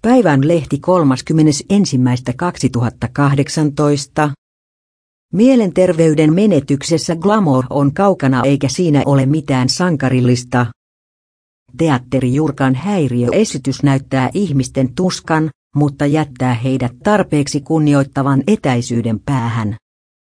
Päivän lehti 30.1.2018. Mielenterveyden menetyksessä glamour on kaukana eikä siinä ole mitään sankarillista. Teatteri Jurkan häiriöesitys näyttää ihmisten tuskan, mutta jättää heidät tarpeeksi kunnioittavan etäisyyden päähän.